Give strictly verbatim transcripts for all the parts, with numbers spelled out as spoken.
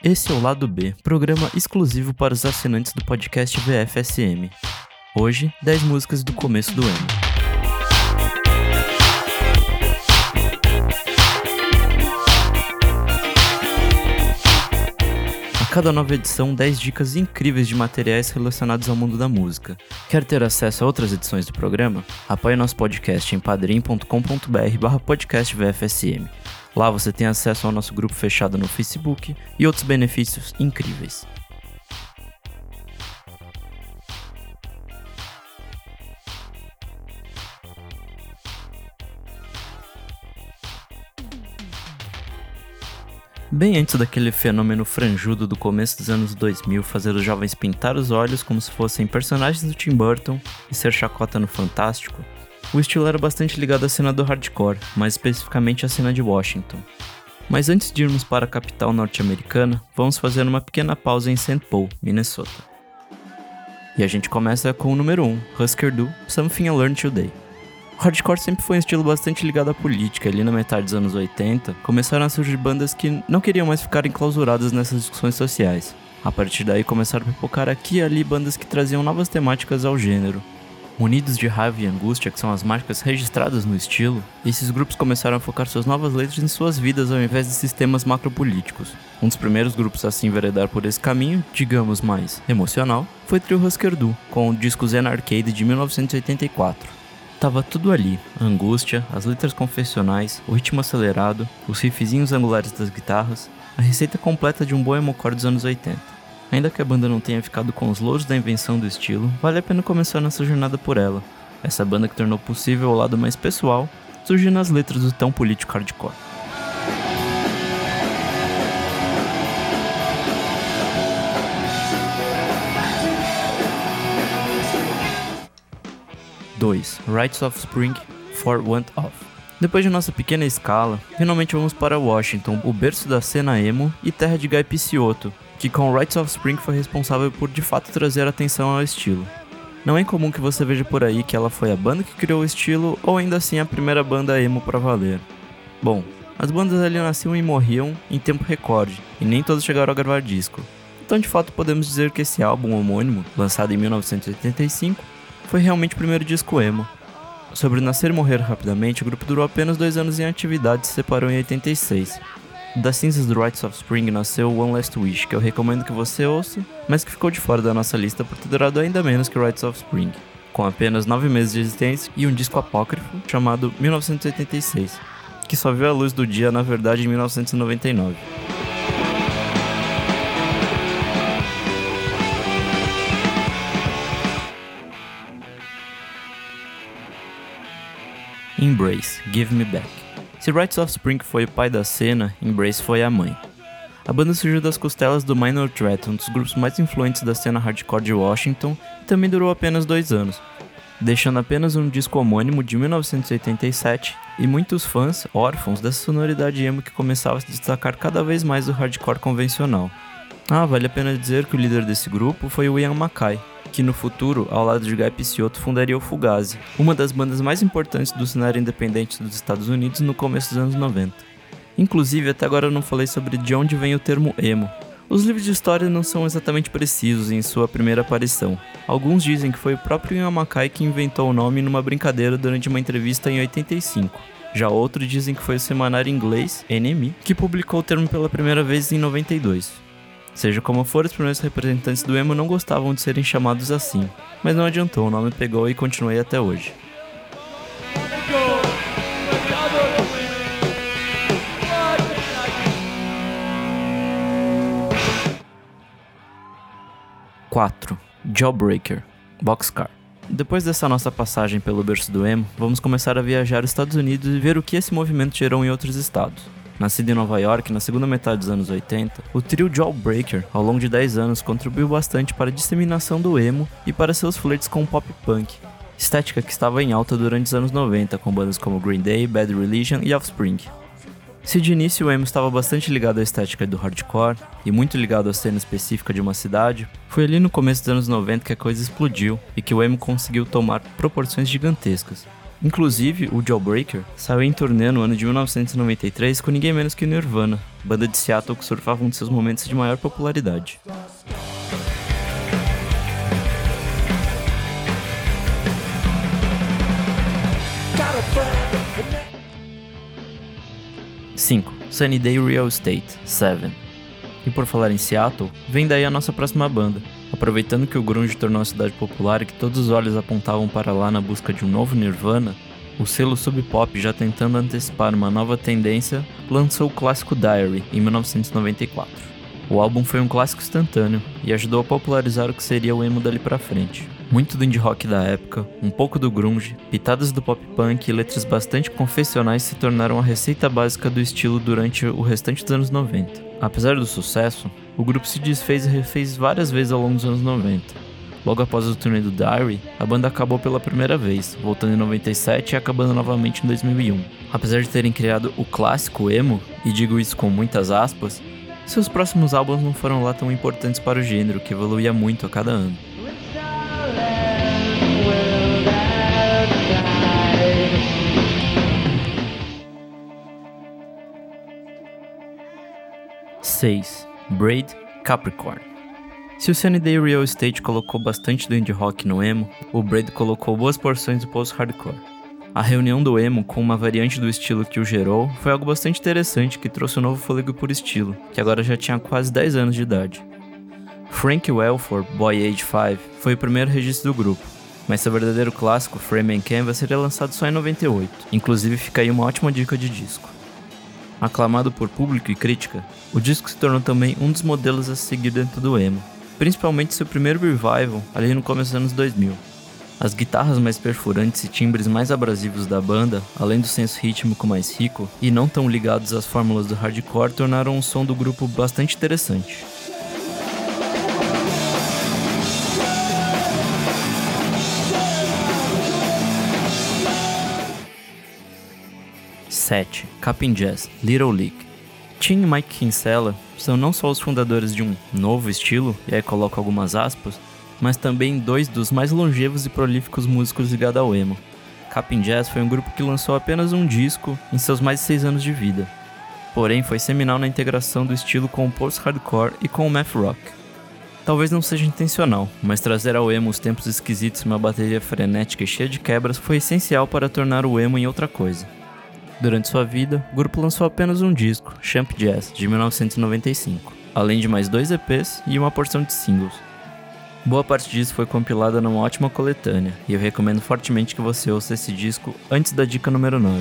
Esse é o Lado B, programa exclusivo para os assinantes do podcast V F S M. Hoje, dez músicas do começo do emo. A cada nova edição, dez dicas incríveis de materiais relacionados ao mundo da música. Quer ter acesso a outras edições do programa? Apoie nosso podcast em padrim ponto com ponto b r barra podcast V F S M. Lá você tem acesso ao nosso grupo fechado no Facebook e outros benefícios incríveis. Bem antes daquele fenômeno franjudo do começo dos anos dois mil fazer os jovens pintar os olhos como se fossem personagens do Tim Burton e ser chacota no Fantástico, o estilo era bastante ligado à cena do hardcore, mais especificamente à cena de Washington. Mas antes de irmos para a capital norte-americana, vamos fazer uma pequena pausa em Saint Paul, Minnesota. E a gente começa com o número um, Husker Du, Something I Learned Today. O hardcore sempre foi um estilo bastante ligado à política. Ali na metade dos anos oitenta, começaram a surgir bandas que não queriam mais ficar enclausuradas nessas discussões sociais. A partir daí começaram a pipocar aqui e ali bandas que traziam novas temáticas ao gênero. Munidos de raiva e angústia, que são as marcas registradas no estilo, esses grupos começaram a focar suas novas letras em suas vidas ao invés de sistemas macropolíticos. Um dos primeiros grupos a se enveredar por esse caminho, digamos mais emocional, foi o trio Husker Du, com o disco Zen Arcade de mil novecentos e oitenta e quatro. Tava tudo ali, a angústia, as letras confessionais, o ritmo acelerado, os riffzinhos angulares das guitarras, a receita completa de um bom emocore dos anos oitenta. Ainda que a banda não tenha ficado com os louros da invenção do estilo, vale a pena começar nessa jornada por ela. Essa banda que tornou possível o lado mais pessoal, surgir nas letras do tão político hardcore. dois. Rites of Spring, For Want Of. Depois de nossa pequena escala, finalmente vamos para Washington, o berço da cena emo e terra de Guy Picciotto, que com Rites of Spring foi responsável por de fato trazer atenção ao estilo. Não é incomum que você veja por aí que ela foi a banda que criou o estilo ou ainda assim a primeira banda emo pra valer. Bom, as bandas ali nasciam e morriam em tempo recorde, e nem todas chegaram a gravar disco. Então de fato podemos dizer que esse álbum homônimo, lançado em mil novecentos e oitenta e cinco, foi realmente o primeiro disco emo. Sobre nascer e morrer rapidamente, o grupo durou apenas dois anos em atividade e se separou em oitenta e seis. Das cinzas do Rites of Spring nasceu One Last Wish, que eu recomendo que você ouça, mas que ficou de fora da nossa lista por ter durado ainda menos que o Rites of Spring, com apenas nove meses de existência e um disco apócrifo chamado mil novecentos e oitenta e seis, que só viu a luz do dia na verdade em mil novecentos e noventa e nove. Embrace, Give Me Back. Se Rites of Spring foi o pai da cena, Embrace foi a mãe. A banda surgiu das costelas do Minor Threat, um dos grupos mais influentes da cena hardcore de Washington, e também durou apenas dois anos, deixando apenas um disco homônimo de mil novecentos e oitenta e sete e muitos fãs órfãos dessa sonoridade emo que começava a se destacar cada vez mais do hardcore convencional. Ah, vale a pena dizer que o líder desse grupo foi o Ian MacKaye, que no futuro, ao lado de Guy Picciotto, fundaria o Fugazi, uma das bandas mais importantes do cenário independente dos Estados Unidos no começo dos anos noventa. Inclusive, até agora eu não falei sobre de onde vem o termo emo. Os livros de história não são exatamente precisos em sua primeira aparição. Alguns dizem que foi o próprio Ian MacKaye que inventou o nome numa brincadeira durante uma entrevista em oitenta e cinco. Já outros dizem que foi o semanário inglês N M E que publicou o termo pela primeira vez em noventa e dois. Seja como for, os primeiros representantes do emo não gostavam de serem chamados assim, mas não adiantou, o nome pegou e continua aí até hoje. quatro. Jawbreaker, Boxcar. Depois dessa nossa passagem pelo berço do emo, vamos começar a viajar aos Estados Unidos e ver o que esse movimento gerou em outros estados. Nascido em Nova York na segunda metade dos anos oitenta, o trio Jawbreaker, ao longo de dez anos, contribuiu bastante para a disseminação do emo e para seus flirts com o pop punk, estética que estava em alta durante os anos noventa, com bandas como Green Day, Bad Religion e Offspring. Se de início o emo estava bastante ligado à estética do hardcore e muito ligado à cena específica de uma cidade, foi ali no começo dos anos noventa que a coisa explodiu e que o emo conseguiu tomar proporções gigantescas. Inclusive, o Jawbreaker saiu em turnê no ano de mil novecentos e noventa e três com ninguém menos que o Nirvana, banda de Seattle que surfava um de seus momentos de maior popularidade. cinco. Sunny Day Real Estate, sete. E por falar em Seattle, vem daí a nossa próxima banda. Aproveitando que o grunge tornou a cidade popular e que todos os olhos apontavam para lá na busca de um novo Nirvana, o selo Sub Pop, já tentando antecipar uma nova tendência, lançou o clássico Diary, em mil novecentos e noventa e quatro. O álbum foi um clássico instantâneo e ajudou a popularizar o que seria o emo dali pra frente. Muito do indie rock da época, um pouco do grunge, pitadas do pop punk e letras bastante confessionais se tornaram a receita básica do estilo durante o restante dos anos noventa. Apesar do sucesso, o grupo se desfez e refez várias vezes ao longo dos anos noventa. Logo após o turnê do Diary, a banda acabou pela primeira vez, voltando em noventa e sete e acabando novamente em dois mil e um. Apesar de terem criado o clássico emo, e digo isso com muitas aspas, seus próximos álbuns não foram lá tão importantes para o gênero, que evoluía muito a cada ano. seis. Braid, Capricorn. Se o Sunny Day Real Estate colocou bastante do indie rock no emo, o Braid colocou boas porções do post-hardcore. A reunião do emo com uma variante do estilo que o gerou foi algo bastante interessante que trouxe um novo fôlego por estilo, que agora já tinha quase dez anos de idade. Frank Welford, Boy Age cinco, foi o primeiro registro do grupo, mas seu verdadeiro clássico, Frame and Canvas, seria lançado só em noventa e oito, inclusive fica aí uma ótima dica de disco. Aclamado por público e crítica, o disco se tornou também um dos modelos a seguir dentro do emo, principalmente seu primeiro revival ali no começo dos anos dois mil. As guitarras mais perfurantes e timbres mais abrasivos da banda, além do senso rítmico mais rico e não tão ligados às fórmulas do hardcore, tornaram o som do grupo bastante interessante. sete. Cap'n Jazz, Little League. Tim e Mike Kinsella são não só os fundadores de um novo estilo, e aí coloco algumas aspas, mas também dois dos mais longevos e prolíficos músicos ligados ao emo. Cap'n Jazz foi um grupo que lançou apenas um disco em seus mais de seis anos de vida, porém foi seminal na integração do estilo com o post-hardcore e com o math rock. Talvez não seja intencional, mas trazer ao emo os tempos esquisitos e uma bateria frenética e cheia de quebras foi essencial para tornar o emo em outra coisa. Durante sua vida, o grupo lançou apenas um disco, Champ Jazz, de mil novecentos e noventa e cinco, além de mais dois E Ps e uma porção de singles. Boa parte disso foi compilada numa ótima coletânea, e eu recomendo fortemente que você ouça esse disco antes da dica número nove.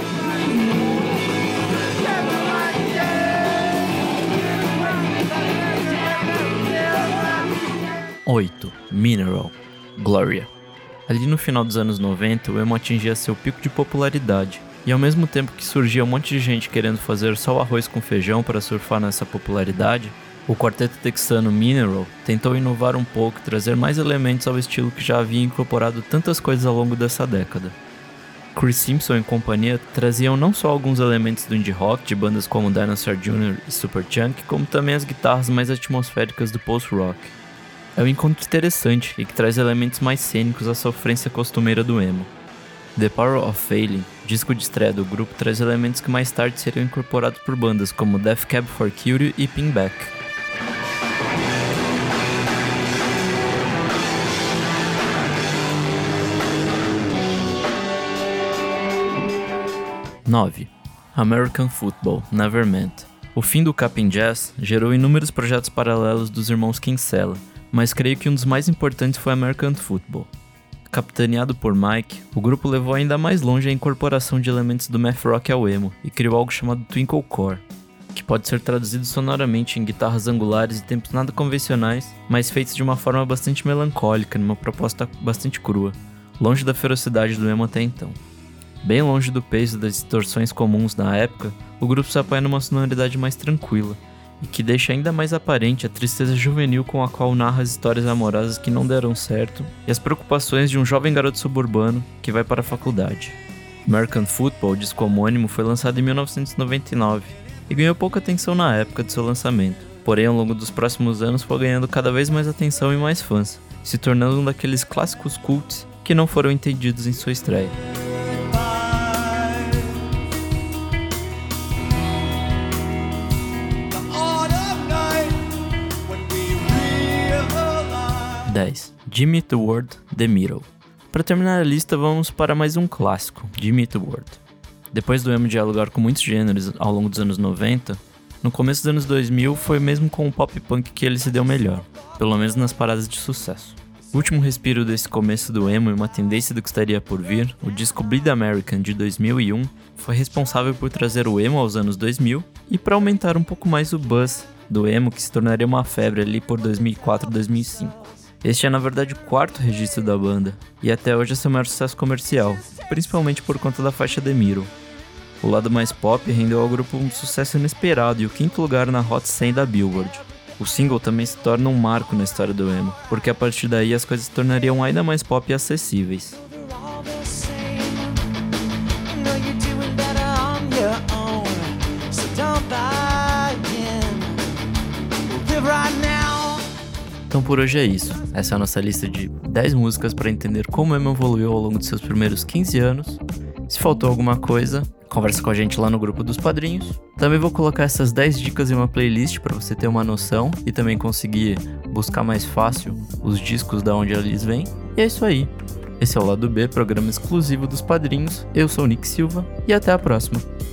oito. Mineral, Gloria. Ali no final dos anos noventa, o emo atingia seu pico de popularidade, e ao mesmo tempo que surgia um monte de gente querendo fazer só o arroz com feijão para surfar nessa popularidade, o quarteto texano Mineral tentou inovar um pouco e trazer mais elementos ao estilo que já havia incorporado tantas coisas ao longo dessa década. Chris Simpson e companhia traziam não só alguns elementos do indie rock de bandas como Dinosaur Júnior e Superchunk, como também as guitarras mais atmosféricas do post-rock. É um encontro interessante e que traz elementos mais cênicos à sofrência costumeira do emo. The Power of Failing, disco de estreia do grupo, traz elementos que mais tarde seriam incorporados por bandas como Death Cab for Cutie e Pinback. nove. American Football, Never Meant. O fim do Cap'n Jazz gerou inúmeros projetos paralelos dos irmãos Kinsella, mas creio que um dos mais importantes foi American Football. Capitaneado por Mike, o grupo levou ainda mais longe a incorporação de elementos do math rock ao emo e criou algo chamado Twinklecore, que pode ser traduzido sonoramente em guitarras angulares e tempos nada convencionais, mas feitos de uma forma bastante melancólica, numa proposta bastante crua, longe da ferocidade do emo até então. Bem longe do peso das distorções comuns na época, o grupo se apoia numa sonoridade mais tranquila, e que deixa ainda mais aparente a tristeza juvenil com a qual narra as histórias amorosas que não deram certo e as preocupações de um jovem garoto suburbano que vai para a faculdade. American Football, disco homônimo, foi lançado em mil novecentos e noventa e nove e ganhou pouca atenção na época de seu lançamento, porém ao longo dos próximos anos foi ganhando cada vez mais atenção e mais fãs, se tornando um daqueles clássicos cults que não foram entendidos em sua estreia. dez. Jimmy Eat World, The Middle. Para terminar a lista, vamos para mais um clássico, Jimmy Eat World. Depois do emo dialogar com muitos gêneros ao longo dos anos noventa, no começo dos anos dois mil foi mesmo com o pop punk que ele se deu melhor, pelo menos nas paradas de sucesso. O último respiro desse começo do emo e uma tendência do que estaria por vir, o disco Bleed American de dois mil e um, foi responsável por trazer o emo aos anos dois mil e para aumentar um pouco mais o buzz do emo que se tornaria uma febre ali por dois mil e quatro a dois mil e cinco. Este é na verdade o quarto registro da banda, e até hoje é seu maior sucesso comercial, principalmente por conta da faixa The Middle. O lado mais pop rendeu ao grupo um sucesso inesperado e o quinto lugar na Hot cem da Billboard. O single também se torna um marco na história do emo, porque a partir daí as coisas se tornariam ainda mais pop e acessíveis. Então por hoje é isso. Essa é a nossa lista de dez músicas para entender como o emo evoluiu ao longo de seus primeiros quinze anos. Se faltou alguma coisa, conversa com a gente lá no grupo dos padrinhos. Também vou colocar essas dez dicas em uma playlist para você ter uma noção e também conseguir buscar mais fácil os discos da onde eles vêm. E é isso aí. Esse é o Lado B, programa exclusivo dos padrinhos. Eu sou o Nick Silva e até a próxima.